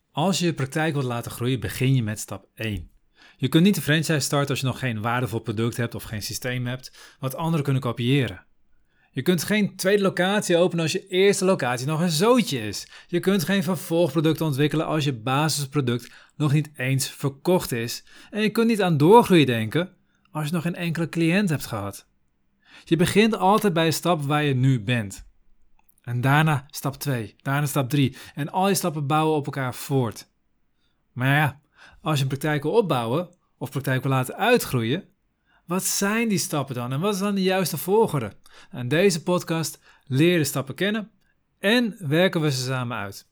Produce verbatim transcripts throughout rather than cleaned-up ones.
Als je je praktijk wilt laten groeien, begin je met stap één. Je kunt niet een franchise starten als je nog geen waardevol product hebt of geen systeem hebt wat anderen kunnen kopiëren. Je kunt geen tweede locatie openen als je eerste locatie nog een zootje is. Je kunt geen vervolgproduct ontwikkelen als je basisproduct nog niet eens verkocht is. En je kunt niet aan doorgroeien denken als je nog geen enkele cliënt hebt gehad. Je begint altijd bij een stap waar je nu bent. En daarna stap twee, daarna stap drie. En al je stappen bouwen op elkaar voort. Maar ja, als je een praktijk wil opbouwen of praktijk wil laten uitgroeien, wat zijn die stappen dan en wat is dan de juiste volgorde? In deze podcast leer je de stappen kennen en werken we ze samen uit.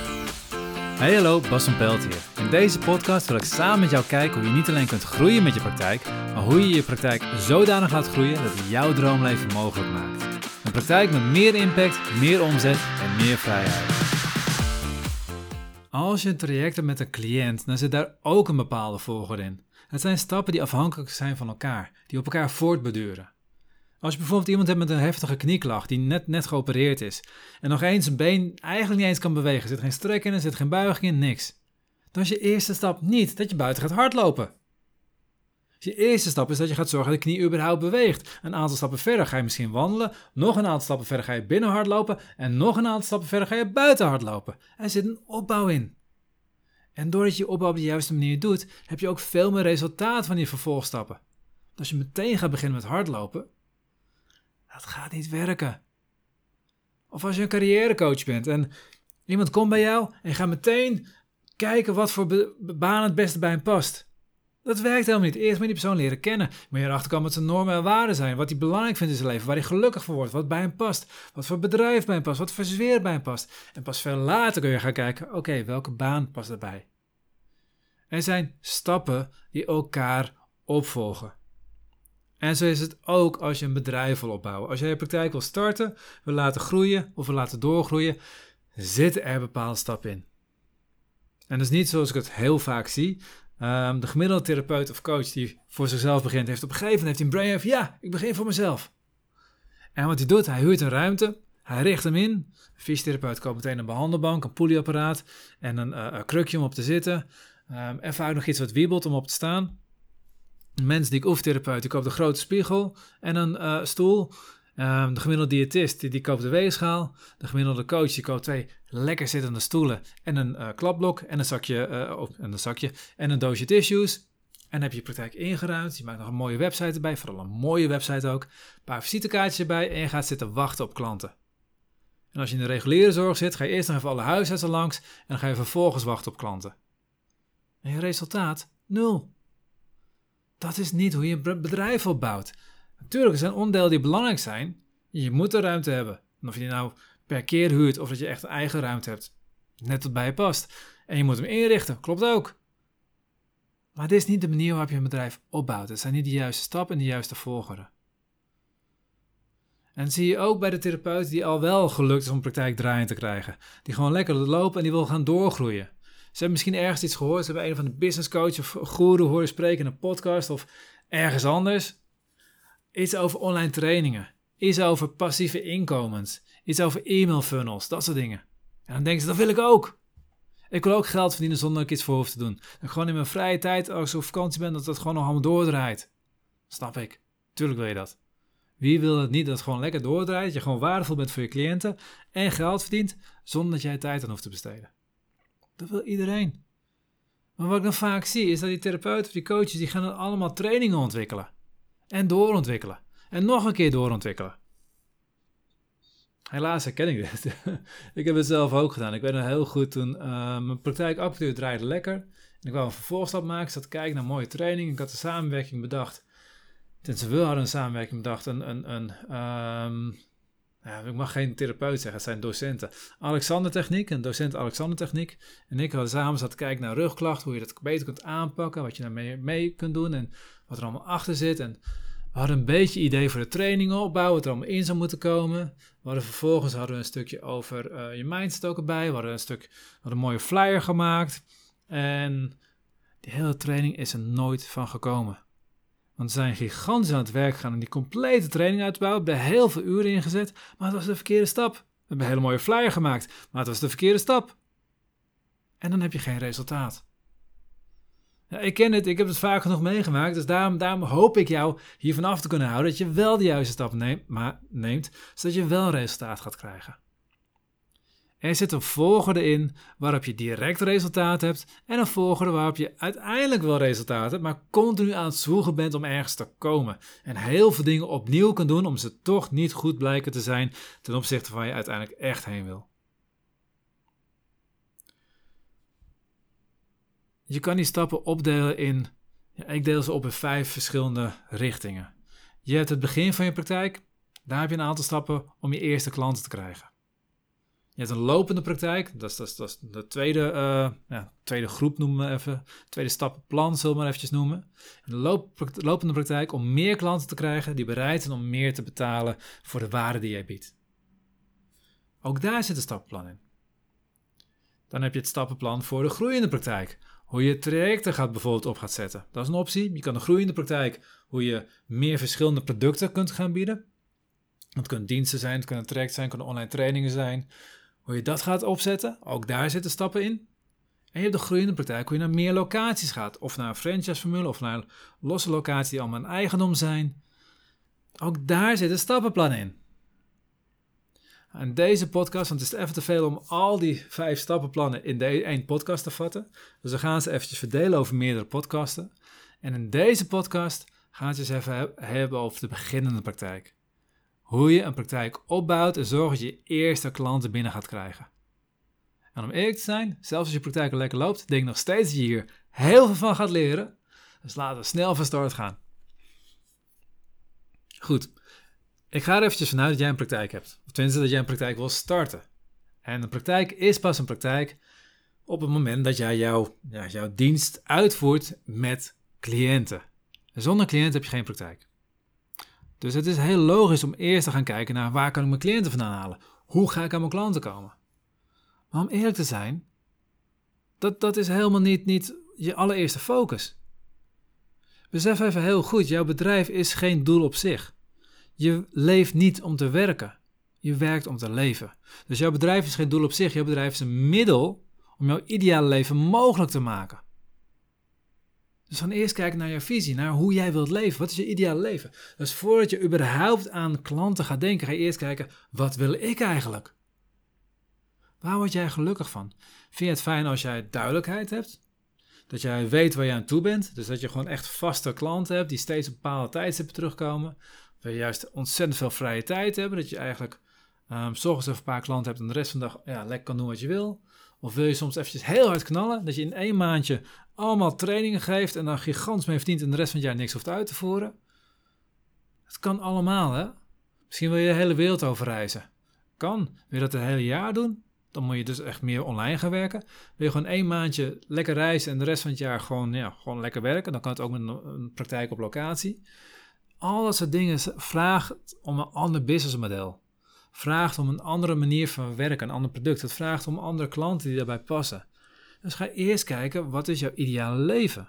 Hey hallo, Bas van Pelt hier. In deze podcast wil ik samen met jou kijken hoe je niet alleen kunt groeien met je praktijk, maar hoe je je praktijk zodanig laat groeien dat het jouw droomleven mogelijk maakt. Een praktijk met meer impact, meer omzet en meer vrijheid. Als je een traject hebt met een cliënt, dan zit daar ook een bepaalde volgorde in. Het zijn stappen die afhankelijk zijn van elkaar, die op elkaar voortborduren. Als je bijvoorbeeld iemand hebt met een heftige knieklacht die net, net geopereerd is en nog eens een been eigenlijk niet eens kan bewegen, er zit geen strek in, er zit geen buiging in, niks. Dan is je eerste stap niet dat je buiten gaat hardlopen. Je eerste stap is dat je gaat zorgen dat de knie überhaupt beweegt. Een aantal stappen verder ga je misschien wandelen, nog een aantal stappen verder ga je binnen hardlopen en nog een aantal stappen verder ga je buiten hardlopen. Er zit een opbouw in. En doordat je je opbouw op de juiste manier doet, heb je ook veel meer resultaat van die vervolgstappen. Als je meteen gaat beginnen met hardlopen, dat gaat niet werken. Of als je een carrièrecoach bent en iemand komt bij jou en je gaat meteen kijken wat voor be- baan het beste bij hem past. Dat werkt helemaal niet. Eerst moet je die persoon leren kennen. Moet je erachter komen wat zijn normen en waarden zijn. Wat hij belangrijk vindt in zijn leven. Waar hij gelukkig voor wordt. Wat bij hem past. Wat voor bedrijf bij hem past. Wat voor sfeer bij hem past. En pas veel later kun je gaan kijken. Oké, okay, welke baan past daarbij? Er zijn stappen die elkaar opvolgen. En zo is het ook als je een bedrijf wil opbouwen. Als jij je praktijk wil starten, wil laten groeien of wil laten doorgroeien, zitten er bepaalde stappen in. En dat is niet zoals ik het heel vaak zie. Um, de gemiddelde therapeut of coach die voor zichzelf begint, heeft op een gegeven moment heeft hij een brain van ja, ik begin voor mezelf. En wat hij doet, hij huurt een ruimte, hij richt hem in. Een fysiotherapeut koopt meteen een behandelbank, een polieapparaat en een, uh, een krukje om op te zitten. Um, en vaak nog iets wat wiebelt om op te staan. Een mens die ik oefentherapeut, die koopt een grote spiegel en een uh, stoel. Um, de gemiddelde diëtist, die, die koopt de weegschaal. De gemiddelde coach, die koopt twee lekker zittende stoelen en een uh, klapblok en een zakje, uh, oh, en een zakje en een doosje tissues. En dan heb je je praktijk ingeruimd. Je maakt nog een mooie website erbij, vooral een mooie website ook. Een paar visitekaartjes erbij en je gaat zitten wachten op klanten. En als je in de reguliere zorg zit, ga je eerst nog even alle huisartsen langs en dan ga je vervolgens wachten op klanten. En je resultaat? Nul. Dat is niet hoe je een bedrijf opbouwt. Natuurlijk, er zijn onderdelen die belangrijk zijn. Je moet een ruimte hebben. En of je die nou per keer huurt of dat je echt een eigen ruimte hebt. Net wat bij je past. En je moet hem inrichten, klopt ook. Maar dit is niet de manier waarop je een bedrijf opbouwt. Het zijn niet de juiste stappen en de juiste volgorde. En dat zie je ook bij de therapeut die al wel gelukt is om praktijk draaiend te krijgen. Die gewoon lekker lopen en die wil gaan doorgroeien. Ze hebben misschien ergens iets gehoord. Ze hebben een van de business coach of guru horen spreken in een podcast of ergens anders. Iets over online trainingen. Iets over passieve inkomens. Iets over e-mail funnels. Dat soort dingen. En dan denken ze, dat wil ik ook. Ik wil ook geld verdienen zonder dat ik iets voor hoef te doen. Dat ik gewoon in mijn vrije tijd, als ik op vakantie ben, dat dat gewoon nog allemaal doordraait. Snap ik. Tuurlijk wil je dat. Wie wil het niet dat het gewoon lekker doordraait. Dat je gewoon waardevol bent voor je cliënten. En geld verdient zonder dat jij tijd aan hoeft te besteden. Dat wil iedereen. Maar wat ik dan vaak zie is dat die therapeuten of die coaches, die gaan dan allemaal trainingen ontwikkelen. En doorontwikkelen. En nog een keer doorontwikkelen. Helaas herken ik dit. Ik heb het zelf ook gedaan. Ik weet nog heel goed toen uh, mijn praktijkacupunctuur draaide lekker. En ik wou een vervolgstap maken. Ik zat te kijken naar mooie training. Ik had een samenwerking bedacht. Tenminste, we hadden een samenwerking bedacht. Een, een, een, um, ja, ik mag geen therapeut zeggen. Het zijn docenten. Alexander Techniek. Een docent Alexander Techniek. En ik hadden samen zat te kijken naar rugklachten. Hoe je dat beter kunt aanpakken. Wat je daarmee mee kunt doen. En wat er allemaal achter zit. En we hadden een beetje idee voor de trainingen opbouwen, wat er allemaal in zou moeten komen. We hadden vervolgens hadden we een stukje over uh, je mindset ook erbij. We hadden een stuk, we hadden een mooie flyer gemaakt. En die hele training is er nooit van gekomen. Want we zijn gigantisch aan het werk gegaan om die complete training uit te bouwen. We hebben er heel veel uren in gezet, maar het was de verkeerde stap. We hebben een hele mooie flyer gemaakt, maar het was de verkeerde stap. En dan heb je geen resultaat. Ja, ik ken het, ik heb het vaak genoeg meegemaakt, dus daarom, daarom hoop ik jou hiervan af te kunnen houden dat je wel de juiste stap neemt, maar, neemt, zodat je wel resultaat gaat krijgen. Er zit een volgorde in waarop je direct resultaat hebt en een volgorde waarop je uiteindelijk wel resultaat hebt, maar continu aan het zwoegen bent om ergens te komen. En heel veel dingen opnieuw kan doen om ze toch niet goed blijken te zijn ten opzichte van waar je uiteindelijk echt heen wil. Je kan die stappen opdelen in, ja, ik deel ze op in vijf verschillende richtingen. Je hebt het begin van je praktijk, daar heb je een aantal stappen om je eerste klanten te krijgen. Je hebt een lopende praktijk, dat is, dat is, dat is de tweede, uh, ja, tweede groep noemen we even, tweede stappenplan zullen we maar eventjes noemen. Een loop, lopende praktijk om meer klanten te krijgen die bereid zijn om meer te betalen voor de waarde die jij biedt. Ook daar zit een stappenplan in. Dan heb je het stappenplan voor de groeiende praktijk. Hoe je trajecten gaat bijvoorbeeld op gaat zetten. Dat is een optie. Je kan de groeiende praktijk, hoe je meer verschillende producten kunt gaan bieden. Het kunnen diensten zijn, het kunnen trajecten zijn, het kunnen online trainingen zijn. Hoe je dat gaat opzetten, ook daar zitten stappen in. En je hebt de groeiende praktijk, hoe je naar meer locaties gaat. Of naar een franchise-formule, of naar een losse locaties die allemaal een eigendom zijn. Ook daar zit een stappenplan in. En deze podcast, want het is even te veel om al die vijf stappenplannen in de één podcast te vatten. Dus we gaan ze eventjes verdelen over meerdere podcasten. En in deze podcast gaan we het eens even hebben over de beginnende praktijk. Hoe je een praktijk opbouwt en zorgt dat je je eerste klanten binnen gaat krijgen. En om eerlijk te zijn, zelfs als je praktijk al lekker loopt, denk ik nog steeds dat je hier heel veel van gaat leren. Dus laten we snel van start gaan. Goed, ik ga er eventjes vanuit dat jij een praktijk hebt. Of tenminste dat jij een praktijk wil starten. En een praktijk is pas een praktijk op het moment dat jij jouw, ja, jouw dienst uitvoert met cliënten. Zonder cliënten heb je geen praktijk. Dus het is heel logisch om eerst te gaan kijken naar waar kan ik mijn cliënten vandaan halen? Hoe ga ik aan mijn klanten komen? Maar om eerlijk te zijn, dat, dat is helemaal niet, niet je allereerste focus. Besef even heel goed, jouw bedrijf is geen doel op zich. Je leeft niet om te werken. Je werkt om te leven. Dus jouw bedrijf is geen doel op zich. Jouw bedrijf is een middel om jouw ideale leven mogelijk te maken. Dus gaan eerst kijken naar jouw visie, naar hoe jij wilt leven. Wat is je ideale leven? Dus voordat je überhaupt aan klanten gaat denken, ga je eerst kijken, wat wil ik eigenlijk? Waar word jij gelukkig van? Vind je het fijn als jij duidelijkheid hebt? Dat jij weet waar je aan toe bent? Dus dat je gewoon echt vaste klanten hebt die steeds op bepaalde tijdstippen terugkomen. Wil je juist ontzettend veel vrije tijd hebben, dat je eigenlijk um, 's ochtends even een paar klanten hebt en de rest van de dag ja, lekker kan doen wat je wil. Of wil je soms eventjes heel hard knallen, dat je in één maandje allemaal trainingen geeft en dan gigantisch mee verdient en de rest van het jaar niks hoeft uit te voeren. Het kan allemaal, hè? Misschien wil je de hele wereld over reizen. Kan. Wil je dat het hele jaar doen? Dan moet je dus echt meer online gaan werken. Wil je gewoon één maandje lekker reizen en de rest van het jaar gewoon, ja, gewoon lekker werken? Dan kan het ook met een, een praktijk op locatie. Al dat soort dingen vraagt om een ander businessmodel. Vraagt om een andere manier van werken, een ander product. Het vraagt om andere klanten die daarbij passen. Dus ga eerst kijken, wat is jouw ideale leven?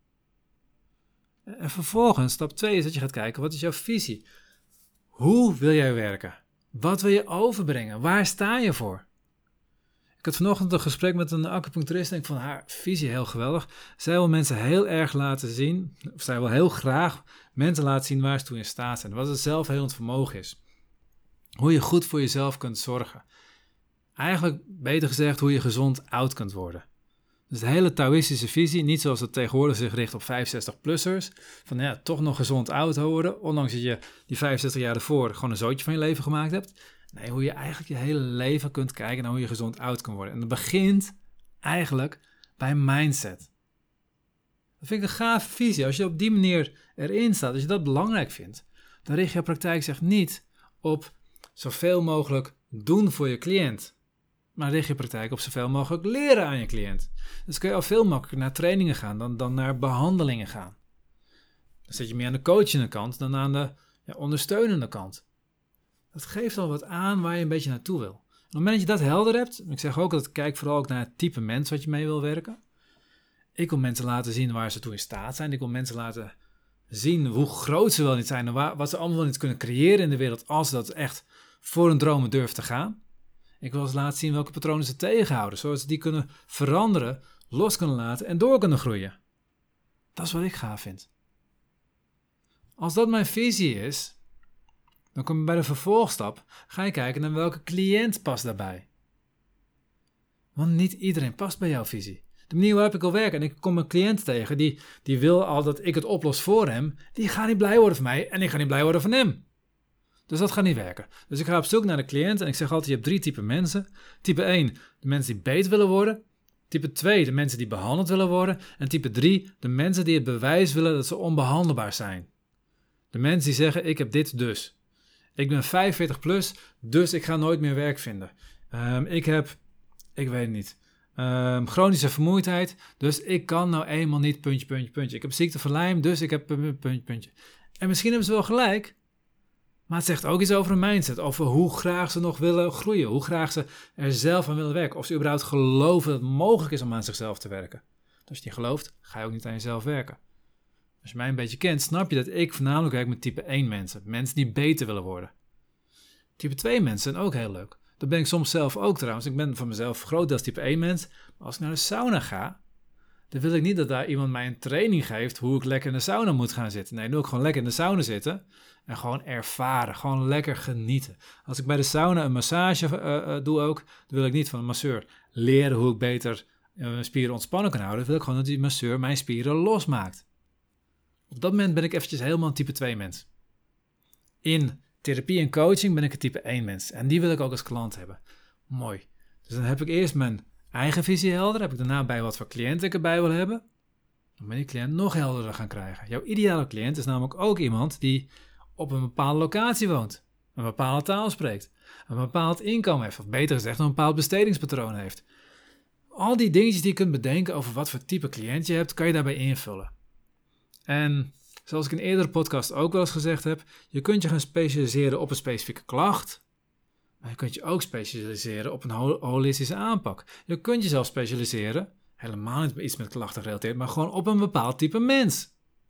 En vervolgens, stap twee is dat je gaat kijken, wat is jouw visie? Hoe wil jij werken? Wat wil je overbrengen? Waar sta je voor? Ik had vanochtend een gesprek met een acupuncturist en ik vond haar visie heel geweldig. Zij wil mensen heel erg laten zien, of zij wil heel graag mensen laten zien waar ze toe in staat zijn. Wat het zelfhelend vermogen is. Hoe je goed voor jezelf kunt zorgen. Eigenlijk, beter gezegd, hoe je gezond oud kunt worden. Dus de hele Taoïstische visie, niet zoals het tegenwoordig zich richt op vijfenzestig-plussers. Van ja, toch nog gezond oud worden, ondanks dat je die vijfenzestig jaar ervoor gewoon een zootje van je leven gemaakt hebt. Nee, hoe je eigenlijk je hele leven kunt kijken naar hoe je gezond oud kan worden. En dat begint eigenlijk bij mindset. Dat vind ik een gave visie. Als je op die manier erin staat, als je dat belangrijk vindt, dan richt je praktijk zich niet op zoveel mogelijk doen voor je cliënt. Maar richt je praktijk op zoveel mogelijk leren aan je cliënt. Dus kun je al veel makkelijker naar trainingen gaan dan, dan naar behandelingen gaan. Dan zit je meer aan de coachende kant dan aan de ja, ondersteunende kant. Dat geeft al wat aan waar je een beetje naartoe wil. En op het moment dat je dat helder hebt, ik zeg ook dat ik kijk vooral ook naar het type mens wat je mee wil werken. Ik wil mensen laten zien waar ze toe in staat zijn. Ik wil mensen laten zien hoe groot ze wel niet zijn en waar, wat ze allemaal wel niet kunnen creëren in de wereld als ze dat echt voor hun dromen durven te gaan. Ik wil ze laten zien welke patronen ze tegenhouden, zodat ze die kunnen veranderen, los kunnen laten en door kunnen groeien. Dat is wat ik gaaf vind. Als dat mijn visie is, dan kom je bij de vervolgstap, ga je kijken naar welke cliënt past daarbij. Want niet iedereen past bij jouw visie. De manier waarop ik wil werken en ik kom een cliënt tegen die, die wil al dat ik het oplos voor hem, die gaat niet blij worden van mij en ik ga niet blij worden van hem. Dus dat gaat niet werken. Dus ik ga op zoek naar de cliënt en ik zeg altijd, je hebt drie typen mensen. Type één, de mensen die beter willen worden. Type twee, de mensen die behandeld willen worden. En type drie, de mensen die het bewijs willen dat ze onbehandelbaar zijn. De mensen die zeggen, ik heb dit dus. Ik ben vijfenveertig plus, dus ik ga nooit meer werk vinden. Um, ik heb, ik weet het niet, um, chronische vermoeidheid, dus ik kan nou eenmaal niet puntje, puntje, puntje. Ik heb ziekte van Lyme, dus ik heb puntje, puntje. En misschien hebben ze wel gelijk, maar het zegt ook iets over een mindset, over hoe graag ze nog willen groeien, hoe graag ze er zelf aan willen werken, of ze überhaupt geloven dat het mogelijk is om aan zichzelf te werken. Als je niet gelooft, ga je ook niet aan jezelf werken. Als je mij een beetje kent, snap je dat ik voornamelijk werk met type één mensen. Mensen die beter willen worden. Type twee mensen zijn ook heel leuk. Dat ben ik soms zelf ook trouwens. Ik ben van mezelf grotendeels type één mens. Maar als ik naar de sauna ga, dan wil ik niet dat daar iemand mij een training geeft hoe ik lekker in de sauna moet gaan zitten. Nee, dan wil ik gewoon lekker in de sauna zitten en gewoon ervaren. Gewoon lekker genieten. Als ik bij de sauna een massage uh, uh, doe ook, dan wil ik niet van een masseur leren hoe ik beter uh, mijn spieren ontspannen kan houden. Dan wil ik gewoon dat die masseur mijn spieren losmaakt. Op dat moment ben ik eventjes helemaal een type twee mens. In therapie en coaching ben ik een type één mens. En die wil ik ook als klant hebben. Mooi. Dus dan heb ik eerst mijn eigen visie helder. Heb ik daarna bij wat voor cliënten ik erbij wil hebben. Dan ben die cliënt nog helderder gaan krijgen. Jouw ideale cliënt is namelijk ook iemand die op een bepaalde locatie woont. Een bepaalde taal spreekt. Een bepaald inkomen heeft. Of beter gezegd een bepaald bestedingspatroon heeft. Al die dingetjes die je kunt bedenken over wat voor type cliënt je hebt, kan je daarbij invullen. En zoals ik in een eerdere podcast ook wel eens gezegd heb, je kunt je gaan specialiseren op een specifieke klacht, maar je kunt je ook specialiseren op een holistische aanpak. Je kunt jezelf specialiseren, helemaal niet iets met klachten gerelateerd, maar gewoon op een bepaald type mens.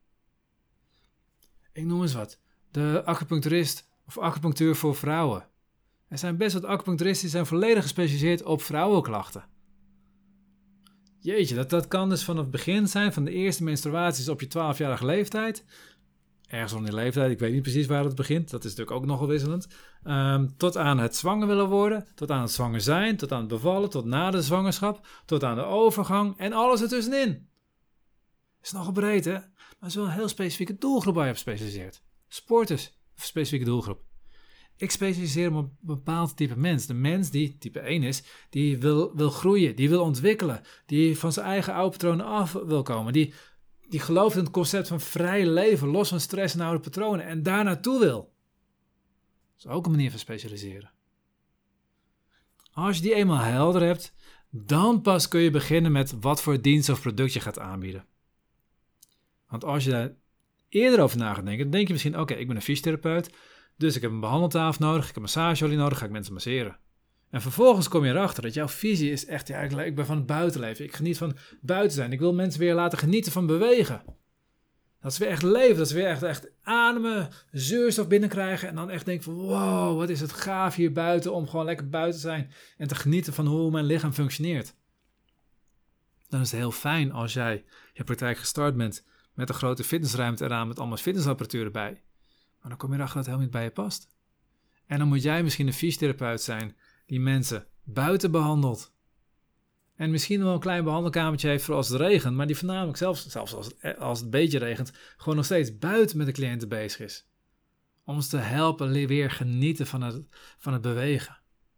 Ik noem eens wat, de acupuncturist of acupunctuur voor vrouwen. Er zijn best wat acupuncturisten die zijn volledig gespecialiseerd op vrouwenklachten. Jeetje, dat, dat kan dus vanaf het begin zijn van de eerste menstruaties op je twaalfjarige leeftijd. Ergens rond die leeftijd, ik weet niet precies waar het begint. Dat is natuurlijk ook nogal wisselend. Um, tot aan het zwanger willen worden, tot aan het zwanger zijn, tot aan het bevallen, tot na de zwangerschap, tot aan de overgang en alles ertussenin. Is nogal breed, hè? Maar het is wel een heel specifieke doelgroep waar je op specialiseert. Sporters, een specifieke doelgroep. Ik specialiseer me op een bepaald type mens. De mens die type één is, die wil, wil groeien, die wil ontwikkelen, die van zijn eigen oude patronen af wil komen, die, die gelooft in het concept van vrij leven, los van stress en oude patronen en daar naartoe wil. Dat is ook een manier van specialiseren. Als je die eenmaal helder hebt, dan pas kun je beginnen met wat voor dienst of product je gaat aanbieden. Want als je daar eerder over na gaat denken, dan denk je misschien, oké, okay, ik ben een fysiotherapeut, dus ik heb een behandeltafel nodig, ik heb massageolie nodig, ga ik mensen masseren. En vervolgens kom je erachter dat jouw visie is echt, ja, ik, ik ben van het buitenleven. Ik geniet van buiten zijn. Ik wil mensen weer laten genieten van bewegen. Dat ze weer echt leven, dat ze weer echt, echt ademen, zuurstof binnenkrijgen en dan echt denken van, wow, wat is het gaaf hier buiten om gewoon lekker buiten te zijn en te genieten van hoe mijn lichaam functioneert. Dan is het heel fijn als jij je praktijk gestart bent met een grote fitnessruimte eraan met allemaal fitnessapparatuur erbij. Maar dan kom je erachter dat het helemaal niet bij je past. En dan moet jij misschien een fysiotherapeut zijn die mensen buiten behandelt. En misschien wel een klein behandelkamertje heeft voor als het regent, maar die voornamelijk zelfs, zelfs als, het, als het een beetje regent, gewoon nog steeds buiten met de cliënten bezig is. Om ze te helpen weer genieten van het, van het bewegen.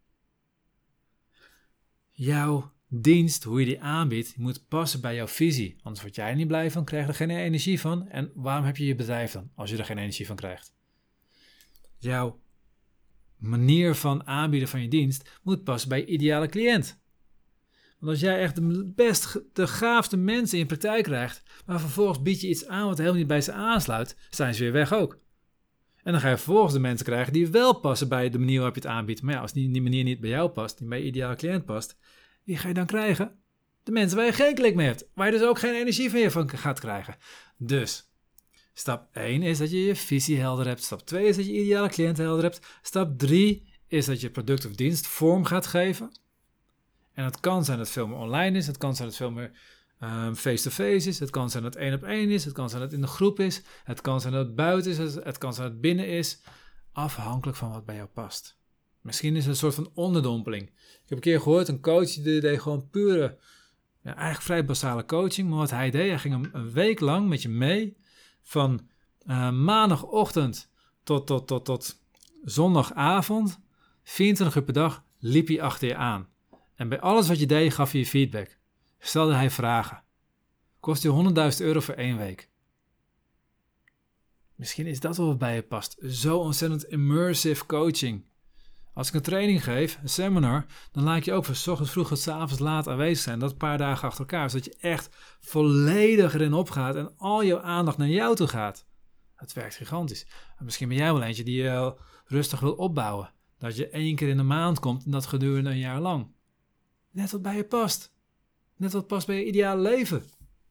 Jouw dienst, hoe je die aanbiedt, moet passen bij jouw visie. Anders word jij er niet blij van, krijg je er geen energie van. En waarom heb je je bedrijf dan, als je er geen energie van krijgt? Jouw manier van aanbieden van je dienst moet passen bij je ideale cliënt. Want als jij echt de best, de gaafste mensen in je praktijk krijgt, maar vervolgens bied je iets aan wat helemaal niet bij ze aansluit, zijn ze weer weg ook. En dan ga je vervolgens de mensen krijgen die wel passen bij de manier waarop je het aanbiedt. Maar ja, als die, die manier niet bij jou past, niet bij je ideale cliënt past, wie ga je dan krijgen? De mensen waar je geen klik mee hebt, waar je dus ook geen energie van je van gaat krijgen. Dus, stap één is dat je je visie helder hebt. Stap twee is dat je je ideale cliënt helder hebt. Stap drie is dat je product of dienst vorm gaat geven. En het kan zijn dat het veel meer online is. Het kan zijn dat het veel meer um, face-to-face is. Het kan zijn dat het één op één is. Het kan zijn dat het in de groep is. Het kan zijn dat het buiten is. Het kan zijn dat het binnen is. Afhankelijk van wat bij jou past. Misschien is het een soort van onderdompeling. Ik heb een keer gehoord, een coach die deed gewoon pure, ja, eigenlijk vrij basale coaching. Maar wat hij deed, hij ging een, een week lang met je mee. Van uh, maandagochtend tot, tot, tot, tot zondagavond. vierentwintig uur per dag liep hij achter je aan. En bij alles wat je deed, gaf hij je feedback. Stelde hij vragen. Kostte je honderdduizend euro voor één week. Misschien is dat wel wat bij je past. Zo ontzettend immersive coaching. Als ik een training geef, een seminar, dan laat ik je ook van 's ochtends vroeg tot 's avonds laat aanwezig zijn. Dat een paar dagen achter elkaar. Zodat je echt volledig erin opgaat en al jouw aandacht naar jou toe gaat. Het werkt gigantisch. En misschien ben jij wel eentje die je rustig wil opbouwen. Dat je één keer in de maand komt en dat gedurende een jaar lang. Net wat bij je past. Net wat past bij je ideale leven.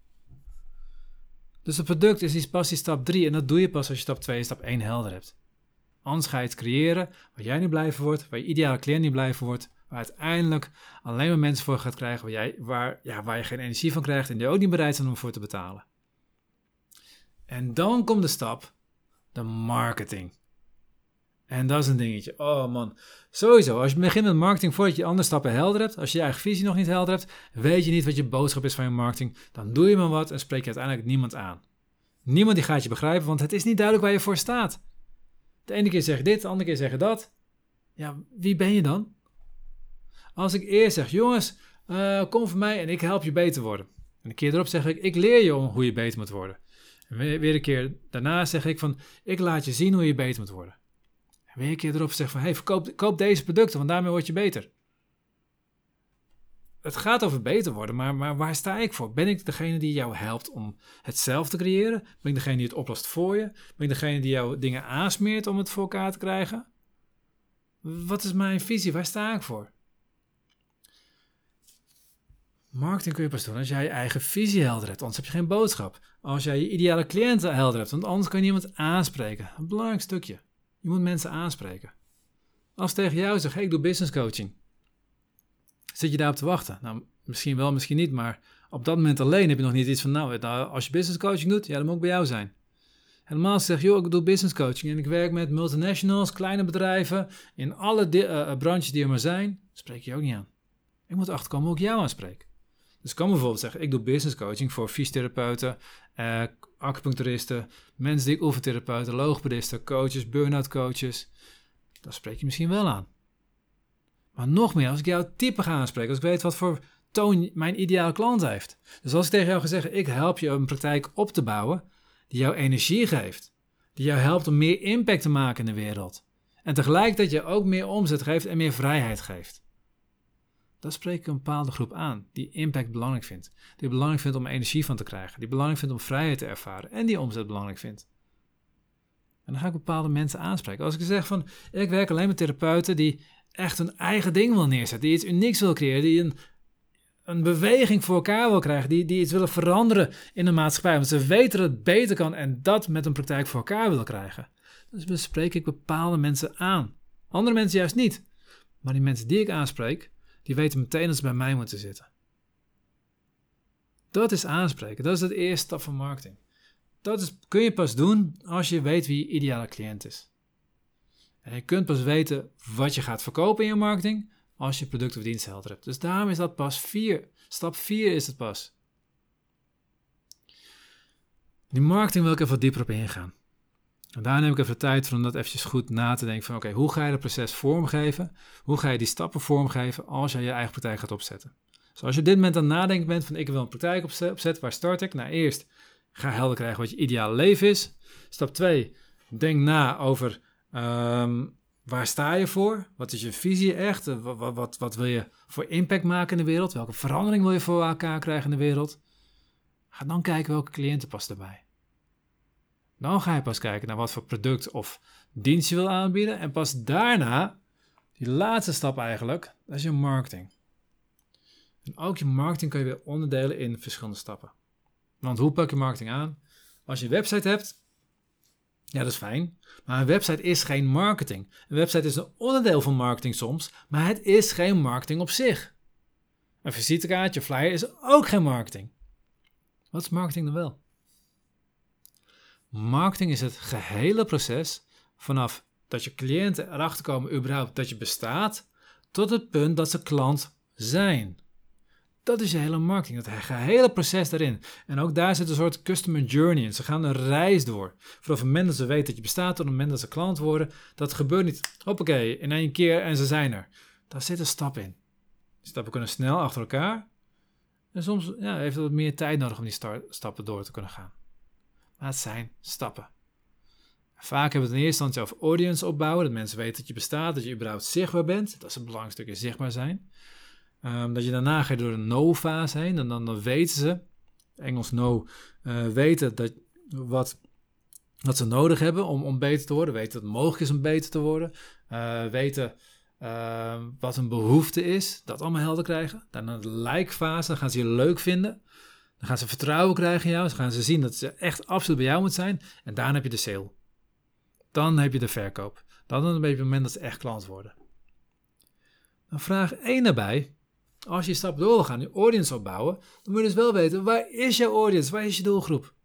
Dus het product is die pas die stap drie. En dat doe je pas als je stap twee en stap één helder hebt. Anders ga je het creëren waar jij niet blij van wordt. Waar je ideale cliënt niet blij van wordt. Waar uiteindelijk alleen maar mensen voor gaat krijgen waar, jij, waar, ja, waar je geen energie van krijgt. En die ook niet bereid zijn om voor te betalen. En dan komt de stap. De marketing. En dat is een dingetje. Oh man. Sowieso, als je begint met marketing voordat je andere stappen helder hebt. Als je je eigen visie nog niet helder hebt. Weet je niet wat je boodschap is van je marketing. Dan doe je maar wat en spreek je uiteindelijk niemand aan. Niemand die gaat je begrijpen, want het is niet duidelijk waar je voor staat. De ene keer zeg je dit, de andere keer zeg je dat. Ja, wie ben je dan? Als ik eerst zeg, jongens, uh, kom voor mij en ik help je beter worden. En een keer erop zeg ik, ik leer je om hoe je beter moet worden. En weer, weer een keer daarna zeg ik van, ik laat je zien hoe je beter moet worden. En weer een keer erop zeg van, hey, koop, koop deze producten, want daarmee word je beter. Het gaat over beter worden, maar, maar waar sta ik voor? Ben ik degene die jou helpt om het zelf te creëren? Ben ik degene die het oplost voor je? Ben ik degene die jou dingen aansmeert om het voor elkaar te krijgen? Wat is mijn visie? Waar sta ik voor? Marketing kun je pas doen als jij je eigen visie helder hebt, anders heb je geen boodschap. Als jij je ideale cliënten helder hebt, want anders kan je niemand aanspreken. Een belangrijk stukje. Je moet mensen aanspreken. Als ze tegen jou zeggen, hey, ik doe business coaching. Zit je daarop te wachten? Nou, misschien wel, misschien niet, maar op dat moment alleen heb je nog niet iets van, nou, als je business coaching doet, ja, dan moet ik bij jou zijn. Helemaal als je zegt, joh, ik doe business coaching en ik werk met multinationals, kleine bedrijven, in alle di- uh, branches die er maar zijn, spreek je ook niet aan. Ik moet achterkomen hoe ik jou aanspreek. Dus ik kan bijvoorbeeld zeggen, ik doe business coaching voor fysiotherapeuten, uh, acupuncturisten, mensen die oefentherapeuten, logopedisten, coaches, burn-out coaches. Dan spreek je misschien wel aan. Maar nog meer, als ik jouw type ga aanspreken, als ik weet wat voor toon mijn ideale klant heeft. Dus als ik tegen jou ga zeggen, ik help je een praktijk op te bouwen die jou energie geeft. Die jou helpt om meer impact te maken in de wereld. En tegelijkertijd je ook meer omzet geeft en meer vrijheid geeft. Dan spreek ik een bepaalde groep aan die impact belangrijk vindt. Die belangrijk vindt om energie van te krijgen. Die belangrijk vindt om vrijheid te ervaren. En die omzet belangrijk vindt. En dan ga ik bepaalde mensen aanspreken. Als ik zeg van, ik werk alleen met therapeuten die echt een eigen ding wil neerzetten. Die iets unieks wil creëren. Die een, een beweging voor elkaar wil krijgen. Die, die iets willen veranderen in de maatschappij. Want ze weten dat het beter kan en dat met een praktijk voor elkaar willen krijgen. Dus bespreek ik bepaalde mensen aan. Andere mensen juist niet. Maar die mensen die ik aanspreek, die weten meteen dat ze bij mij moeten zitten. Dat is aanspreken. Dat is de eerste stap van marketing. Dat is, kun je pas doen als je weet wie je ideale cliënt is. En je kunt pas weten wat je gaat verkopen in je marketing als je product of dienst helder hebt. Dus daarom is dat pas vier. Stap vier is het pas. Die marketing wil ik even wat dieper op ingaan. En daar neem ik even de tijd voor om dat eventjes goed na te denken van oké, okay, hoe ga je dat proces vormgeven? Hoe ga je die stappen vormgeven als je je eigen praktijk gaat opzetten? Dus als je op dit moment aan het nadenken bent van ik wil een praktijk opzetten, waar start ik? Nou eerst, ga helder krijgen wat je ideale leven is. Stap twee, denk na over um, waar sta je voor? Wat is je visie echt? Wat, wat, wat, wat wil je voor impact maken in de wereld? Welke verandering wil je voor elkaar krijgen in de wereld? Ga dan kijken welke cliënten past erbij. Dan ga je pas kijken naar wat voor product of dienst je wil aanbieden. En pas daarna, die laatste stap eigenlijk, dat is je marketing. En ook je marketing kun je weer onderdelen in verschillende stappen. Want hoe pak je marketing aan? Als je een website hebt, Ja, dat is fijn. Maar een website is geen marketing. Een website is een onderdeel van marketing soms, maar het is geen marketing op zich. Een visitekaartje, flyer is ook geen marketing. Wat is marketing dan wel? Marketing is het gehele proces vanaf dat je cliënten erachter komen überhaupt dat je bestaat, tot het punt dat ze klant zijn. Dat is je hele marketing, dat gehele proces daarin. En ook daar zit een soort customer journey in. Ze gaan een reis door. Vanaf het moment dat ze weten dat je bestaat, tot het moment dat ze klant worden. Dat gebeurt niet, hoppakee, in één keer en ze zijn er. Daar zit een stap in. Die stappen kunnen snel achter elkaar. En soms ja, heeft het wat meer tijd nodig om die star- stappen door te kunnen gaan. Maar het zijn stappen. Vaak hebben we het in eerste instantie over audience opbouwen. Dat mensen weten dat je bestaat, dat je überhaupt zichtbaar bent. Dat is een belangrijk stukje zichtbaar zijn. Um, dat je daarna gaat door een know-fase heen. En dan, dan weten ze, Engels know, uh, weten dat, wat, wat ze nodig hebben om, om beter te worden. Weten dat het mogelijk is om beter te worden. Uh, weten uh, wat een behoefte is. Dat allemaal helder krijgen. Daarna de like-fase, dan gaan ze je leuk vinden. Dan gaan ze vertrouwen krijgen in jou. Dan gaan ze zien dat ze echt absoluut bij jou moet zijn. En daarna heb je de sale. Dan heb je de verkoop. Dan heb je het moment dat ze echt klant worden. Dan vraag één daarbij. Als je een stap door wil gaan, je audience opbouwen, dan moet je dus wel weten, waar is je audience? Waar is je doelgroep?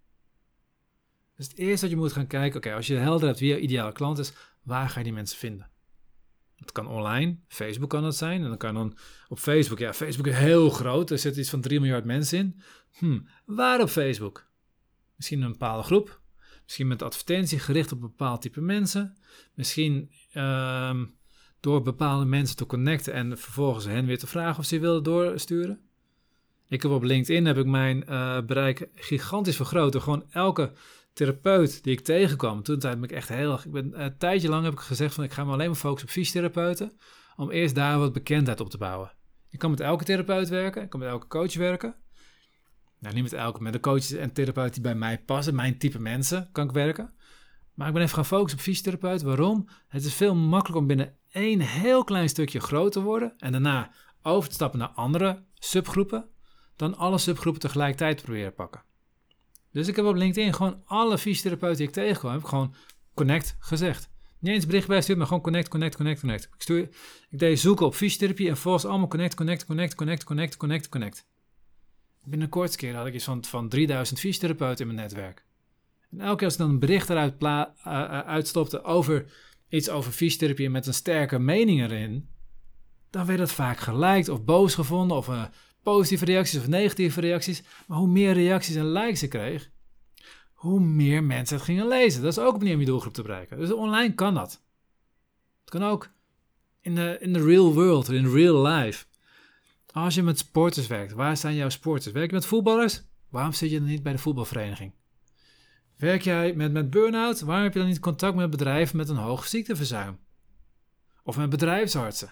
Dus het eerste dat je moet gaan kijken, oké, okay, als je helder hebt wie je ideale klant is, waar ga je die mensen vinden? Het kan online, Facebook kan dat zijn. En dan kan dan op Facebook, ja, Facebook is heel groot, er zit iets van drie miljard mensen in. Hm, waar op Facebook? Misschien een bepaalde groep. Misschien met advertentie gericht op een bepaald type mensen. Misschien uh, door bepaalde mensen te connecten en vervolgens hen weer te vragen of ze je willen doorsturen. Ik heb op LinkedIn heb ik mijn uh, bereik gigantisch vergroot door gewoon elke therapeut die ik tegenkwam. Toen ben ik echt heel erg, ik ben een tijdje lang heb ik gezegd van ik ga me alleen maar focussen op fysiotherapeuten, om eerst daar wat bekendheid op te bouwen. Ik kan met elke therapeut werken, ik kan met elke coach werken. Nou, niet met elke, met de coaches en therapeuten die bij mij passen, mijn type mensen, kan ik werken. Maar ik ben even gaan focussen op fysiotherapeut. Waarom? Het is veel makkelijker om binnen één heel klein stukje groot te worden en daarna over te stappen naar andere subgroepen, dan alle subgroepen tegelijkertijd proberen pakken. Dus ik heb op LinkedIn gewoon alle fysiotherapeuten die ik tegenkwam, heb ik gewoon connect gezegd. Niet eens bericht bij sturen, maar gewoon connect, connect, connect, connect. Ik, stuur, ik deed zoeken op fysiotherapie en volgens allemaal connect, connect, connect, connect, connect, connect, connect. Binnen de kortste keer had ik iets van, van drieduizend fysiotherapeuten in mijn netwerk. En elke keer als ik dan een bericht eruit pla- uh, uh, uitstopte over iets over fysiotherapie met een sterke mening erin, dan werd het vaak geliked of boos gevonden of uh, positieve reacties of negatieve reacties. Maar hoe meer reacties en likes ik kreeg, hoe meer mensen het gingen lezen. Dat is ook een manier om je doelgroep te bereiken. Dus online kan dat. Het kan ook in de, in de real world, in real life. Als je met sporters werkt, waar zijn jouw sporters? Werk je met voetballers? Waarom zit je dan niet bij de voetbalvereniging? Werk jij met, met burn-out? Waarom heb je dan niet contact met bedrijven met een hoog ziekteverzuim? Of met bedrijfsartsen?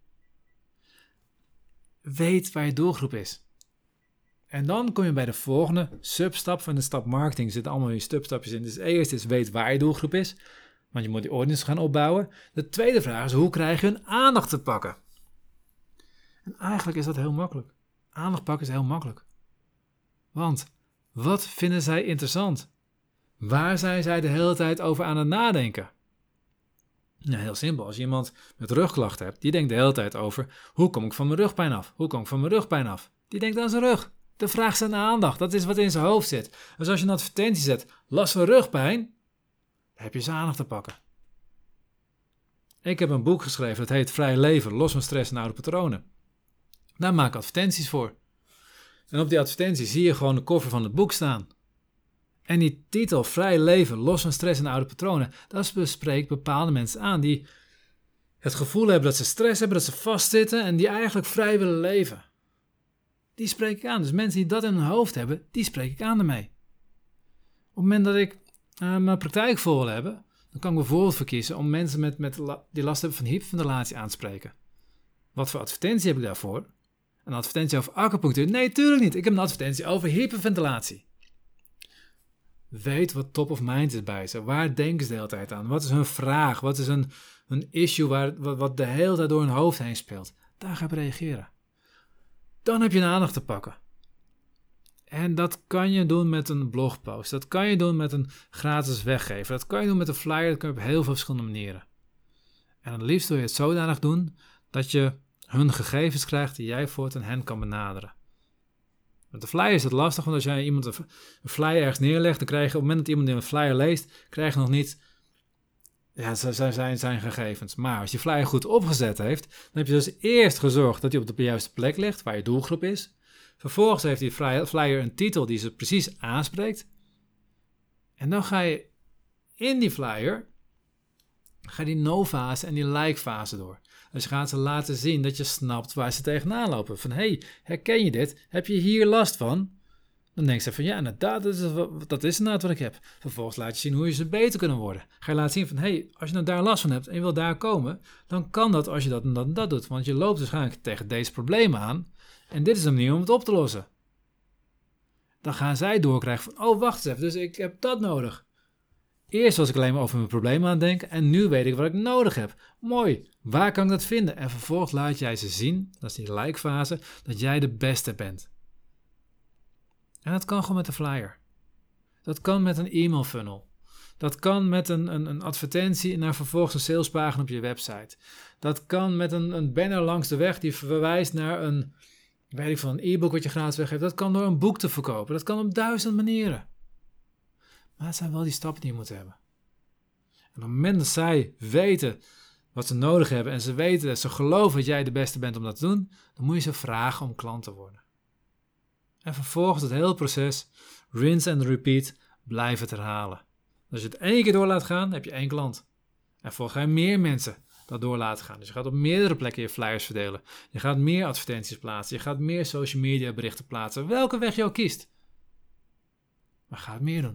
Weet waar je doelgroep is. En dan kom je bij de volgende substap van de stap marketing. Er zitten allemaal weer substapjes in. Dus eerst is weet waar je doelgroep is. Want je moet die audience gaan opbouwen. De tweede vraag is hoe krijg je hun aandacht te pakken? En eigenlijk is dat heel makkelijk. Aandacht pakken is heel makkelijk. Want wat vinden zij interessant? Waar zijn zij de hele tijd over aan het nadenken? Nou, heel simpel. Als je iemand met rugklachten hebt, die denkt de hele tijd over hoe kom ik van mijn rugpijn af? Hoe kom ik van mijn rugpijn af? Die denkt aan zijn rug. De vraag zijn aandacht. Dat is wat in zijn hoofd zit. Dus als je een advertentie zet, last van rugpijn, dan heb je zijn aandacht te pakken. Ik heb een boek geschreven, dat heet Vrij Leven, los van stress en oude patronen. Daar maak ik advertenties voor. En op die advertentie zie je gewoon de cover van het boek staan. En die titel, Vrij Leven, los van stress en oude patronen, dat bespreekt bepaalde mensen aan die het gevoel hebben dat ze stress hebben, dat ze vastzitten en die eigenlijk vrij willen leven. Die spreek ik aan. Dus mensen die dat in hun hoofd hebben, die spreek ik aan ermee. Op het moment dat ik uh, mijn praktijk vol wil hebben, dan kan ik bijvoorbeeld verkiezen om mensen met, met la- die last hebben van hyperventilatie aan te spreken. Wat voor advertentie heb ik daarvoor? Een advertentie over acupunctuur? Nee, tuurlijk niet. Ik heb een advertentie over hyperventilatie. Weet wat top of mind is bij ze. Waar denken ze de hele tijd aan? Wat is hun vraag? Wat is een, een issue waar, wat, wat de hele tijd door hun hoofd heen speelt? Daar ga ik op reageren. Dan heb je een aandacht te pakken. En dat kan je doen met een blogpost. Dat kan je doen met een gratis weggever. Dat kan je doen met een flyer. Dat kan je op heel veel verschillende manieren. En het liefst wil je het zodanig doen dat je hun gegevens krijgt die jij voortaan hen kan benaderen. Met de flyer is het lastig, want als jij iemand een flyer ergens neerlegt, dan krijg je op het moment dat iemand een flyer leest, krijg je nog niet ja, zijn, zijn, zijn gegevens. Maar als je flyer goed opgezet heeft, dan heb je dus eerst gezorgd dat hij op de juiste plek ligt, waar je doelgroep is. Vervolgens heeft die flyer een titel die ze precies aanspreekt. En dan ga je in die flyer, ga je die no-fase en die like-fase door. Dus je gaat ze laten zien dat je snapt waar ze tegenaan lopen. Van, hey, herken je dit? Heb je hier last van? Dan denk je van, ja, inderdaad, dat is, dat is inderdaad wat ik heb. Vervolgens laat je zien hoe je ze beter kunnen worden. Ga je laten zien van, hey, als je nou daar last van hebt en je wil daar komen, dan kan dat als je dat en dat en dat doet. Want je loopt waarschijnlijk tegen deze problemen aan. En dit is een manier om het op te lossen. Dan gaan zij doorkrijgen van, oh, wacht eens even, dus ik heb dat nodig. Eerst was ik alleen maar over mijn problemen aan het denken en nu weet ik wat ik nodig heb. Mooi, waar kan ik dat vinden? En vervolgens laat jij ze zien, dat is die like-fase, dat jij de beste bent. En dat kan gewoon met een flyer. Dat kan met een e-mail funnel. Dat kan met een, een, een advertentie naar vervolgens een salespagina op je website. Dat kan met een, een banner langs de weg die verwijst naar een, weet ik veel, een e-book wat je gratis weggeeft. Dat kan door een boek te verkopen. Dat kan op duizend manieren. Maar het zijn wel die stappen die je moet hebben. En op het moment dat zij weten wat ze nodig hebben en ze weten dat ze geloven dat jij de beste bent om dat te doen, dan moet je ze vragen om klant te worden. En vervolgens het hele proces, rinse and repeat, blijf het herhalen. Als je het één keer door laat gaan, heb je één klant. En vervolgens ga je meer mensen dat door laten gaan. Dus je gaat op meerdere plekken je flyers verdelen. Je gaat meer advertenties plaatsen. Je gaat meer social media berichten plaatsen. Welke weg je ook kiest. Maar ga het meer doen.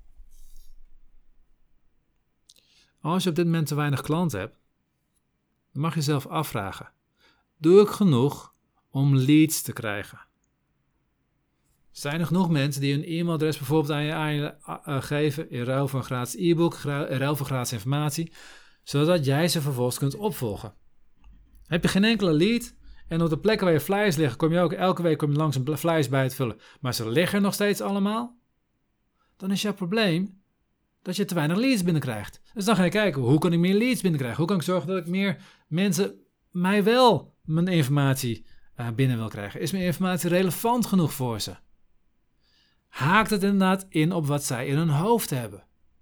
Als je op dit moment te weinig klanten hebt, dan mag je jezelf afvragen. Doe ik genoeg om leads te krijgen? Zijn er genoeg mensen die hun e-mailadres bijvoorbeeld aan je, aan je uh, geven in ruil voor een gratis e-book, in ruil voor gratis informatie, zodat jij ze vervolgens kunt opvolgen? Heb je geen enkele lead en op de plekken waar je flyers liggen, kom je ook elke week kom je langs een flyers bij het vullen, maar ze liggen er nog steeds allemaal? Dan is jouw probleem dat je te weinig leads binnenkrijgt. Dus dan ga je kijken, hoe kan ik meer leads binnenkrijgen? Hoe kan ik zorgen dat ik meer mensen mij wel mijn informatie uh, binnen wil krijgen? Is mijn informatie relevant genoeg voor ze? Haakt het inderdaad in op wat zij in hun hoofd hebben?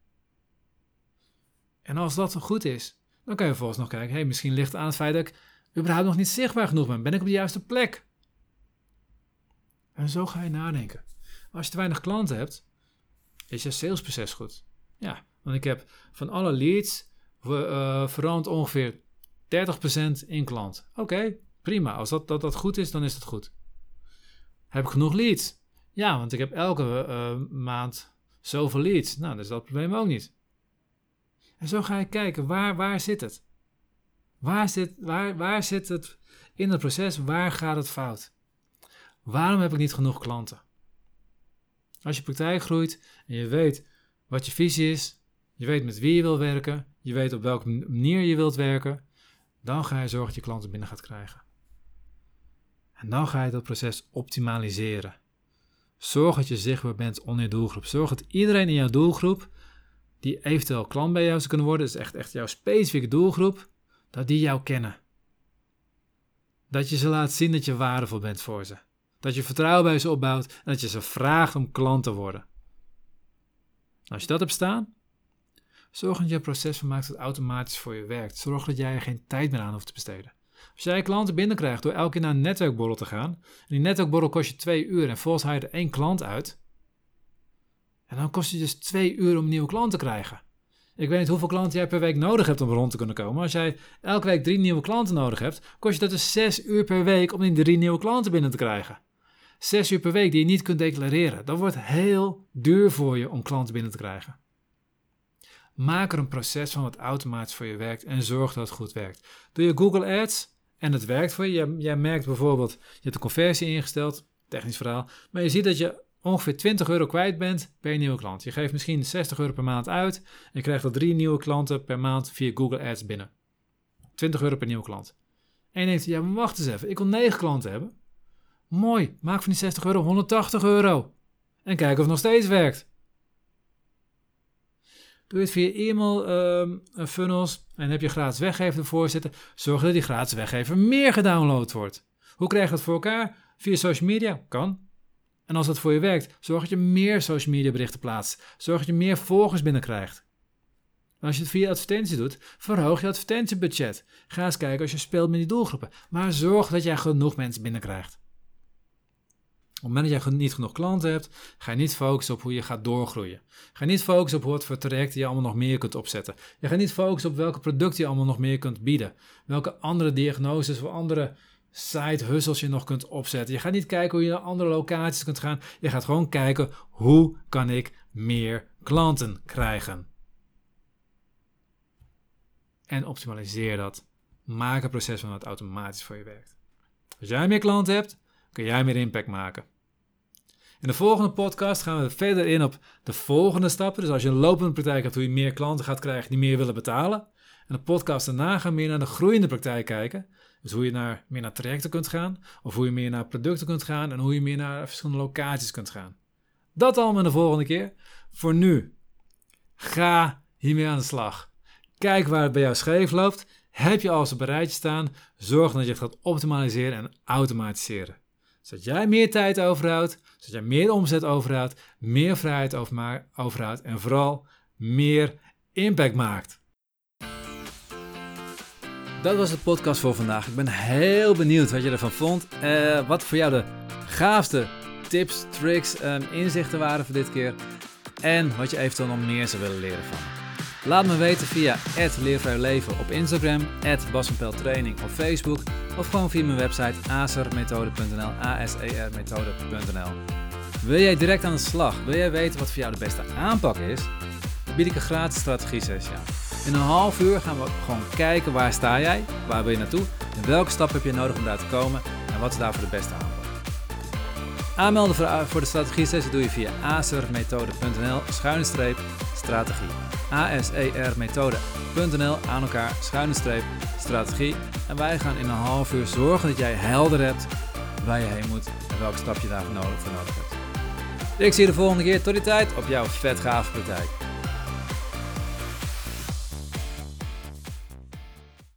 En als dat goed is, dan kan je vervolgens nog kijken, hey, misschien ligt het aan het feit dat ik überhaupt nog niet zichtbaar genoeg ben. Ben ik op de juiste plek? En zo ga je nadenken. Als je te weinig klanten hebt, is je salesproces goed. Ja, want ik heb van alle leads uh, veranderd ongeveer dertig procent in klant. Oké, okay, prima. Als dat, dat, dat goed is, dan is het goed. Heb ik genoeg leads? Ja, want ik heb elke uh, maand zoveel leads. Nou, dus dat probleem ook niet. En zo ga je kijken, waar, waar zit het? Waar zit, waar, waar zit het in het proces? Waar gaat het fout? Waarom heb ik niet genoeg klanten? Als je praktijk groeit en je weet wat je visie is, je weet met wie je wil werken, je weet op welke manier je wilt werken, dan ga je zorgen dat je klanten binnen gaat krijgen. En dan ga je dat proces optimaliseren. Zorg dat je zichtbaar bent onder je doelgroep. Zorg dat iedereen in jouw doelgroep, die eventueel klant bij jou zou kunnen worden, dus echt, echt jouw specifieke doelgroep, dat die jou kennen. Dat je ze laat zien dat je waardevol bent voor ze. Dat je vertrouwen bij ze opbouwt en dat je ze vraagt om klant te worden. Als je dat hebt staan, zorg dat je proces van maakt dat het automatisch voor je werkt. Zorg dat jij er geen tijd meer aan hoeft te besteden. Als jij klanten binnenkrijgt door elke keer naar een netwerkborrel te gaan, en die netwerkborrel kost je twee uur en volgens haal je er één klant uit, en dan kost het dus twee uur om een nieuwe klant te krijgen. Ik weet niet hoeveel klanten jij per week nodig hebt om rond te kunnen komen. Als jij elke week drie nieuwe klanten nodig hebt, kost je dat dus zes uur per week om die drie nieuwe klanten binnen te krijgen. Zes uur per week die je niet kunt declareren. Dat wordt heel duur voor je om klanten binnen te krijgen. Maak er een proces van wat automatisch voor je werkt en zorg dat het goed werkt. Doe je Google Ads en het werkt voor je. Jij, jij merkt bijvoorbeeld, je hebt de conversie ingesteld, technisch verhaal, maar je ziet dat je ongeveer twintig euro kwijt bent per nieuwe klant. Je geeft misschien zestig euro per maand uit en je krijgt er drie nieuwe klanten per maand via Google Ads binnen. twintig euro per nieuwe klant. En je denkt, ja, maar wacht eens even, ik wil negen klanten hebben. Mooi, maak van die zestig euro honderdtachtig euro. En kijken of het nog steeds werkt. Doe je het via e-mail uh, funnels en heb je gratis weggever ervoor zitten, zorg dat die gratis weggever meer gedownload wordt. Hoe krijg je dat voor elkaar? Via social media? Kan. En als dat voor je werkt, zorg dat je meer social media berichten plaatst. Zorg dat je meer volgers binnenkrijgt. En als je het via advertentie doet, verhoog je advertentiebudget. Ga eens kijken als je speelt met die doelgroepen. Maar zorg dat jij genoeg mensen binnenkrijgt. Op het moment dat jij niet genoeg klanten hebt, ga je niet focussen op hoe je gaat doorgroeien. Ga je niet focussen op wat voor trajecten je allemaal nog meer kunt opzetten. Je gaat niet focussen op welke producten je allemaal nog meer kunt bieden. Welke andere diagnoses of andere side hustles je nog kunt opzetten. Je gaat niet kijken hoe je naar andere locaties kunt gaan. Je gaat gewoon kijken, hoe kan ik meer klanten krijgen? En optimaliseer dat. Maak een proces van dat automatisch voor je werkt. Als jij meer klanten hebt, kun jij meer impact maken. In de volgende podcast gaan we verder in op de volgende stappen. Dus als je een lopende praktijk hebt, hoe je meer klanten gaat krijgen die meer willen betalen. En de podcast daarna gaan we meer naar de groeiende praktijk kijken. Dus hoe je naar, meer naar trajecten kunt gaan. Of hoe je meer naar producten kunt gaan. En hoe je meer naar verschillende locaties kunt gaan. Dat allemaal de volgende keer. Voor nu, ga hiermee aan de slag. Kijk waar het bij jou scheef loopt. Heb je alles op een rijtje staan. Zorg dat je het gaat optimaliseren en automatiseren. Zodat jij meer tijd overhoudt. Zodat jij meer omzet overhoudt. Meer vrijheid overhoudt. En vooral meer impact maakt. Dat was de podcast voor vandaag. Ik ben heel benieuwd wat je ervan vond. Uh, wat voor jou de gaafste tips, tricks, um, inzichten waren voor dit keer. En wat je eventueel nog meer zou willen leren van me. Laat me weten via at leervrijleven op Instagram, at bas van pelt training op Facebook of gewoon via mijn website asermethode punt n l, a s e r methode punt n l. Wil jij direct aan de slag? Wil jij weten wat voor jou de beste aanpak is? Dan bied ik een gratis strategie-sessie aan. In een half uur gaan we gewoon kijken waar sta jij, waar wil je naartoe en welke stap heb je nodig om daar te komen en wat is daarvoor de beste aanpak. Aanmelden voor de strategie-sessie doe je via asermethode punt n l schuine streep strategie. a s e r methode punt n l aan elkaar schuine streep strategie. En wij gaan in een half uur zorgen dat jij helder hebt waar je heen moet en welke stap je daarvoor nodig, voor nodig hebt. Ik zie je de volgende keer. Tot die tijd op jouw vet gave praktijk.